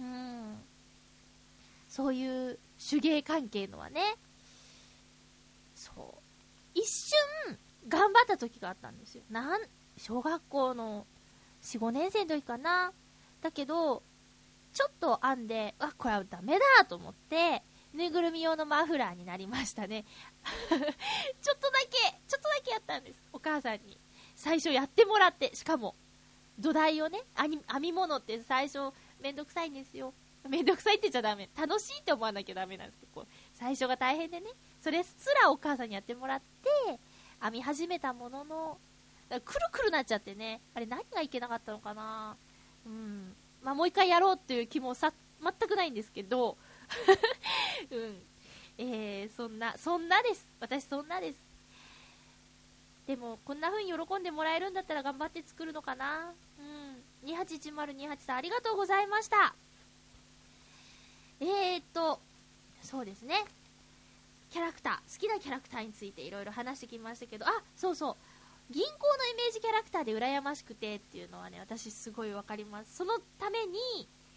そういう手芸関係のはね。そう。一瞬、頑張った時があったんですよ。なん、小学校のよん、ごねん生の時かな。だけど、ちょっと編んで、あ、これはダメだと思って、ぬいぐるみ用のマフラーになりましたね。ちょっとだけ、ちょっとだけやったんです。お母さんに。最初やってもらって、しかも、土台をね、編み物って最初めんどくさいんですよ。めんどくさいって言っちゃダメ。楽しいって思わなきゃダメなんですけど、最初が大変でね、それすらお母さんにやってもらって、編み始めたものの、だからくるくるなっちゃってね、あれ何がいけなかったのかな。うん。まあもう一回やろうっていう気もさ、全くないんですけど、うん。えー、そんな、そんなです。私そんなです。 でもこんな風に喜んでもらえるんだったら頑張って作るのかな。うん。にはちいちまるにはちさんありがとうございました。えーっとそうですね、キャラクター、好きなキャラクターについていろいろ話してきましたけど、あ、そうそう、銀行のイメージキャラクターで羨ましくてっていうのはね、私すごいわかります。そのために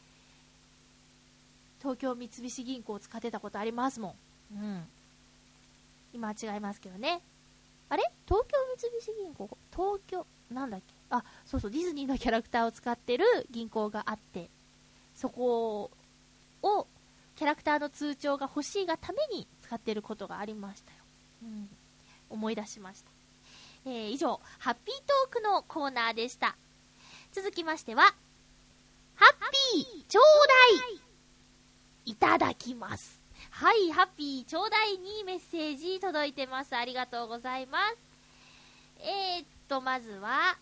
東京三菱銀行を使ってたことありますもん。うん。今は違いますけどね。あれ？東京三菱銀行、東京なんだっけ？あ、そうそう、ディズニーのキャラクターを使ってる銀行があって、そこをキャラクターの通帳が欲しいがために使ってることがありましたよ。うん。思い出しました。えー、以上、ハッピートークのコーナーでした。続きましては、ハッピーちょうだいいただきます。はい、ハッピーちょうだいにメッセージ届いてます。ありがとうございます。えーっと、まずは、ん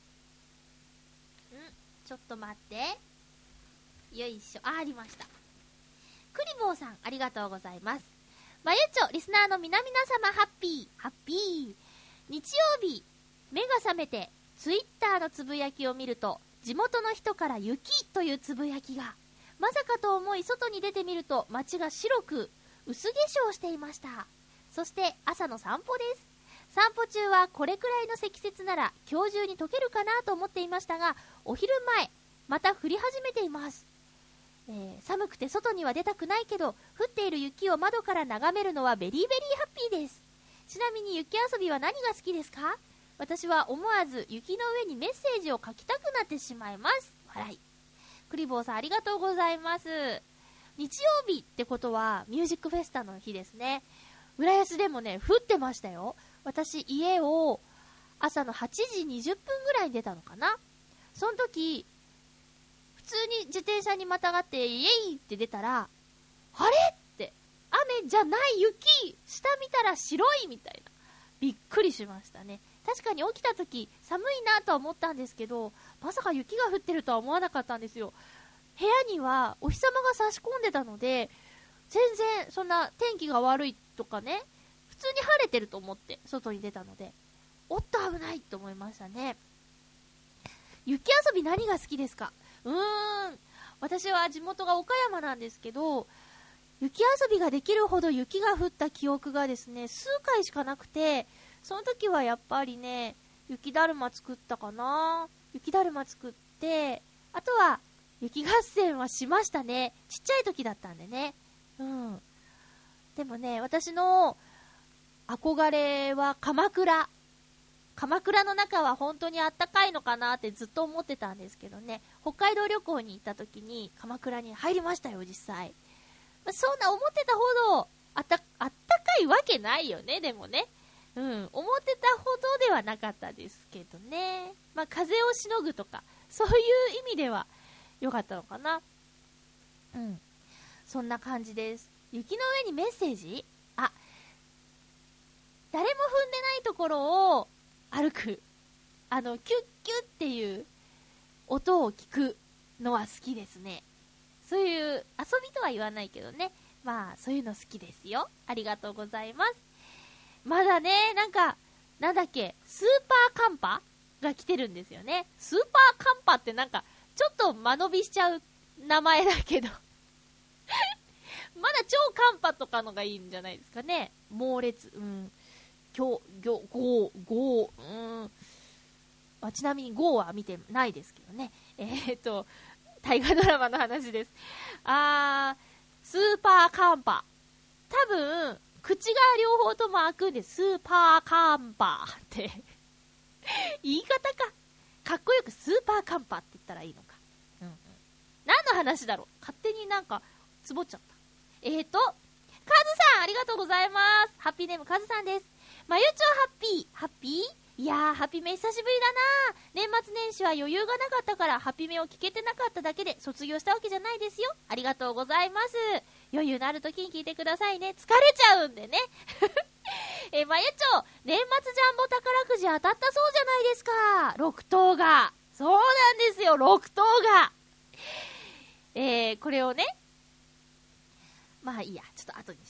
ちょっと待って。よいしょ。あ、ありました。クリボーさん、ありがとうございます。まゆちょ、リスナーの皆々様、ハッピー、ハッピー。日曜日、目が覚めて、ツイッターのつぶやきを見ると、地元の人から雪というつぶやきが、まさかと思い外に出てみると街が白く薄化粧していました。そして朝の散歩です。散歩中はこれくらいの積雪なら今日中に溶けるかなと思っていましたが、お昼前また降り始めています。えー、寒くて外には出たくないけど、降っている雪を窓から眺めるのはベリーベリーハッピーです。ちなみに雪遊びは何が好きですか？私は思わず雪の上にメッセージを書きたくなってしまいます。笑い。クリボーさんありがとうございます。日曜日ってことはミュージックフェスタの日ですね。浦安でもね降ってましたよ。私家を朝のはちじにじゅっぷんぐらいに出たのかな。その時普通に自転車にまたがってイエイって出たら、あれって雨じゃない雪、下見たら白いみたいな、びっくりしましたね。確かに起きた時寒いなとは思ったんですけど、まさか雪が降ってるとは思わなかったんですよ。部屋にはお日様が差し込んでたので、全然そんな天気が悪いとかね、普通に晴れてると思って外に出たので、おっと危ないと思いましたね。雪遊び何が好きですか？うーん私は地元が岡山なんですけど、雪遊びができるほど雪が降った記憶がですね数回しかなくて、その時はやっぱりね雪だるま作ったかな。雪だるま作って、あとは雪合戦はしましたね。ちっちゃい時だったんでね。うんでもね、私の憧れは鎌倉。鎌倉の中は本当にあったかいのかなってずっと思ってたんですけどね、北海道旅行に行った時に鎌倉に入りましたよ実際。そんな思ってたほどあった、あったかいわけないよね。でもね、うん、思ってたほどではなかったですけどね。まあ風をしのぐとかそういう意味では良かったのかな。うんそんな感じです。雪の上にメッセージ、あ、誰も踏んでないところを歩く、あのキュッキュッっていう音を聞くのは好きですね。そういう遊びとは言わないけどね、まあそういうの好きですよ。ありがとうございます。まだね、なんかなんだっけ、スーパーカンパが来てるんですよね。スーパーカンパってなんかちょっと間延びしちゃう名前だけどまだ超カンパとかのがいいんじゃないですかね。猛烈、うん、今日、ゴー、ゴー、ゴー、うん。あ、ちなみにゴーは見てないですけどね。えーっと、大河ドラマの話です。あー、スーパーカンパ。多分、口が両方とも開くんで、スーパーカンパって。言い方か。かっこよくスーパーカンパって言ったらいいのか。うんうん。何の話だろう。勝手になんか、つぼっちゃった。えーと、カズさんありがとうございます。ハッピーネームカズさんです。まゆちょハッピー、ハッピーいやー、ハピメ久しぶりだな。年末年始は余裕がなかったからハピメを聞けてなかっただけで卒業したわけじゃないですよ。ありがとうございます。余裕のある時に聞いてくださいね。疲れちゃうんでね。え、まゆちょ、年末ジャンボ宝くじ当たったそうじゃないですか。ろく等が。そうなんですよ、ろく等が。えー、これをね、まあいいや、ちょっと後にしよう。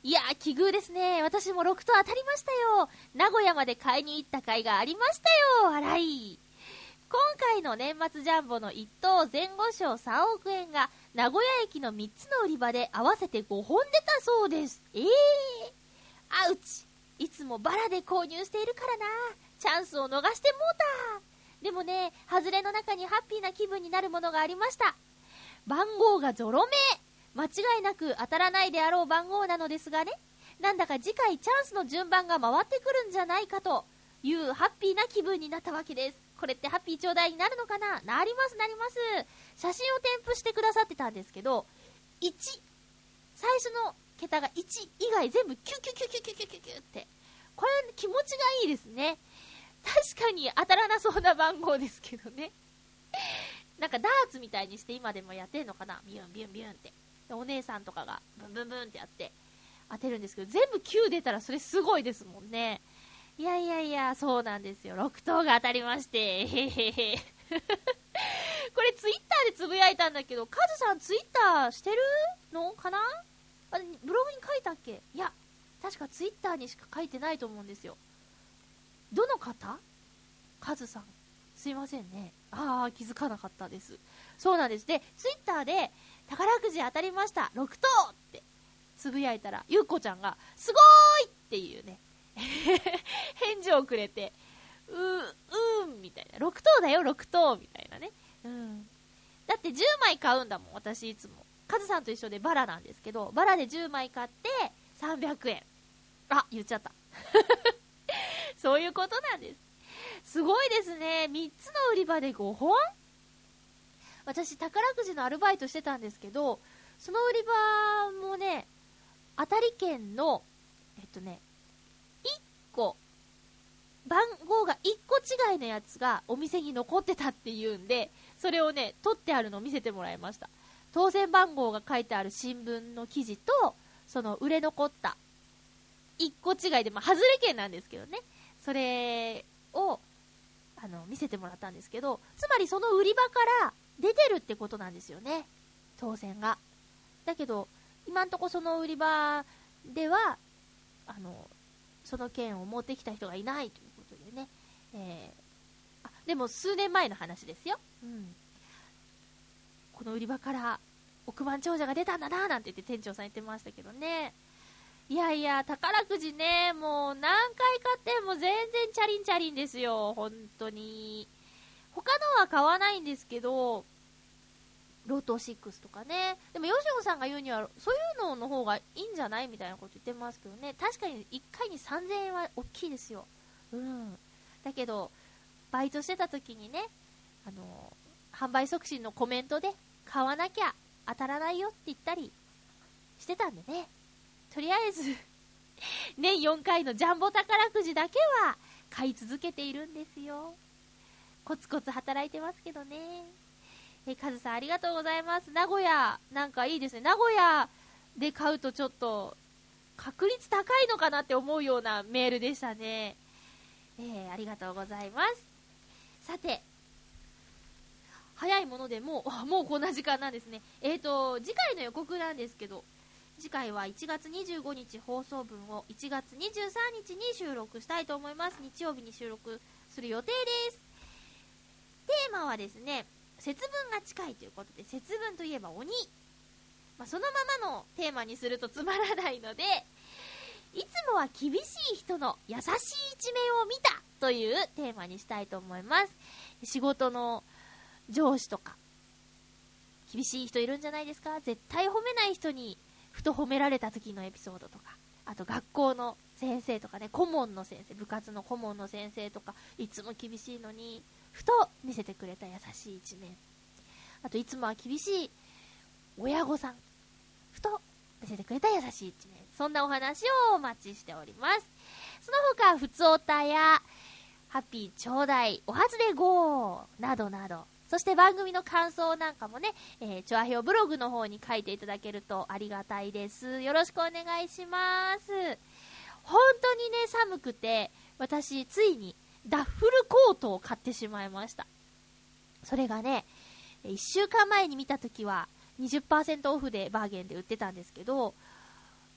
いやー、奇遇ですね。私もろく等当たりましたよ。名古屋まで買いに行った甲斐がありましたよ。あらい。今回の年末ジャンボのいっ等前後賞さんおくえんが名古屋駅のみっつの売り場で合わせてごほん出たそうです。えー、アウチ。いつもバラで購入しているからな。チャンスを逃してもうた。でもね、外れの中にハッピーな気分になるものがありました。番号がゾロ目。間違いなく当たらないであろう番号なのですがね、なんだか次回チャンスの順番が回ってくるんじゃないかというハッピーな気分になったわけです。これってハッピーちょうだいになるのかな？なりますなります。写真を添付してくださってたんですけど、いち、最初の桁がいち以外全部キュキュキュキュキュキュキュキュって、これ気持ちがいいですね。確かに当たらなそうな番号ですけどね。なんかダーツみたいにして今でもやってんのかな、ビュンビュンビュンって。お姉さんとかがブンブンブンってやって当てるんですけど、全部きゅう出たらそれすごいですもんね。いやいやいや、そうなんですよ。ろく等が当たりまして、へへへ。これツイッターでつぶやいたんだけど、カズさんツイッターしてるのかな？あれ、ブログに書いたっけ？いや、確かツイッターにしか書いてないと思うんですよ。どの方？カズさん。すいませんね。あー、気づかなかったです。そうなんです。で、ツイッターで、宝くじ当たりました。ろく等ってつぶやいたら、ゆうこちゃんが、すごーいっていうね、返事をくれて、うー、うーん、みたいな。ろく等だよ、ろく等みたいなね。うん。だってじゅうまい買うんだもん、私いつも。カズさんと一緒でバラなんですけど、バラでじゅうまい買ってさんびゃくえん。あ、言っちゃった。そういうことなんです。すごいですね。みっつの売り場でごほん？私、宝くじのアルバイトしてたんですけど、その売り場もね、当たり券の、えっとね、いっこ、番号がいっこ違いのやつがお店に残ってたっていうんで、それをね、取ってあるのを見せてもらいました。当選番号が書いてある新聞の記事と、その売れ残ったいっこ違いで、まあ、外れ券なんですけどね、それを、あの、見せてもらったんですけど、つまりその売り場から出てるってことなんですよね、当選が。だけど、今んとこその売り場では、あの、その券を持ってきた人がいないということでね、えー、あ、でも数年前の話ですよ。うん。この売り場から億万長者が出たんだなーなんて言って店長さん言ってましたけどね。いやいや、宝くじね、もう何回買っても全然チャリンチャリンですよ、本当に。他のは買わないんですけど、ロトろくとかね。でも、ヨシオさんが言うには、そういうのの方がいいんじゃないみたいなこと言ってますけどね。確かにいっかいにさんぜんえんは大きいですよ。うん。だけど、バイトしてた時にね、あの、販売促進のコメントで、買わなきゃ当たらないよって言ったりしてたんでね。とりあえず、年よんかいのジャンボ宝くじだけは買い続けているんですよ。コツコツ働いてますけどね。え、カズさんありがとうございます。名古屋、なんかいいですね。名古屋で買うとちょっと確率高いのかなって思うようなメールでしたね。えー、ありがとうございます。さて、早いものでもう、もうこんな時間なんですね。えーと、次回の予告なんですけど、次回はいちがつにじゅうごにち放送分をいちがつにじゅうさんにちに収録したいと思います。日曜日に収録する予定です。テーマはですね、節分が近いということで、節分といえば鬼、まあ、そのままのテーマにするとつまらないので、いつもは厳しい人の優しい一面を見たというテーマにしたいと思います。仕事の上司とか厳しい人いるんじゃないですか。絶対褒めない人にふと褒められた時のエピソードとか、あと学校の先生とかね、顧問の先生、部活の顧問の先生とか、いつも厳しいのにふと見せてくれた優しい一面、あといつもは厳しい親御さん、ふと見せてくれた優しい一面、そんなお話をお待ちしております。その他、ふつおたやハッピーちょうだい、おはずでゴーなどなど、そして番組の感想なんかもね、えー、チョアヘオブログの方に書いていただけるとありがたいです。よろしくお願いします。本当にね、寒くて、私ついにダッフルコートを買ってしまいました。それがね、いっしゅうかんまえに見たときは にじゅっパーセント オフでバーゲンで売ってたんですけど、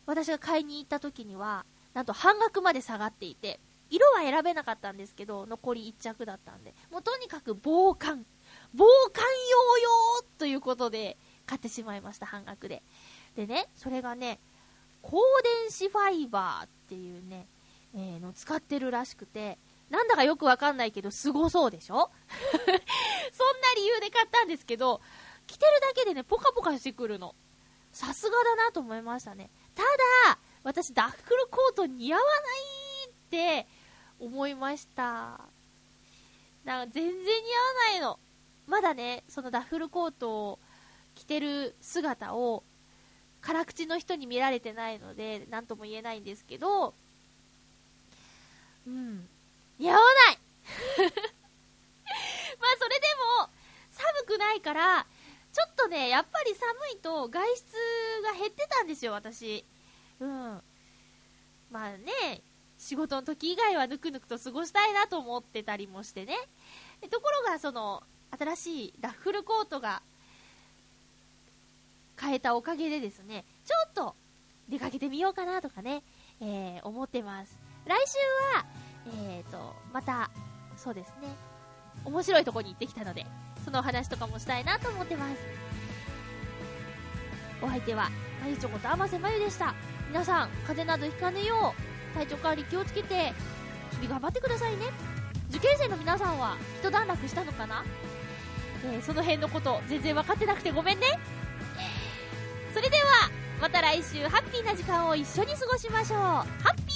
私が買いに行った時にはなんと半額まで下がっていて、色は選べなかったんですけど残りいっ着だったんで、もうとにかく防寒防寒用よということで買ってしまいました、半額で。でね、それがね高電子ファイバーっていうね、えー、の使ってるらしくて、なんだかよくわかんないけどすごそうでしょそんな理由で買ったんですけど、着てるだけでねポカポカしてくるの。さすがだなと思いましたね。ただ私ダッフルコート似合わないって思いました。なんか全然似合わないの。まだねそのダッフルコートを着てる姿を辛口の人に見られてないので何とも言えないんですけど、うん似合わないまあそれでも寒くないからちょっとねやっぱり寒いと外出が減ってたんですよ私。うんまあね仕事の時以外はぬくぬくと過ごしたいなと思ってたりもしてね。でところがその新しいダッフルコートが買えたおかげでですね、ちょっと出かけてみようかなとかね、えー、思ってます。来週はえーとまたそうですね面白いとこに行ってきたのでそのお話とかもしたいなと思ってます。お相手はまゆちょことあませまゆでした。皆さん風邪などひかぬよう体調管理気をつけて日々頑張ってくださいね。受験生の皆さんは一段落したのかな、えー、その辺のこと全然分かってなくてごめんね。それではまた来週ハッピーな時間を一緒に過ごしましょう。ハッピー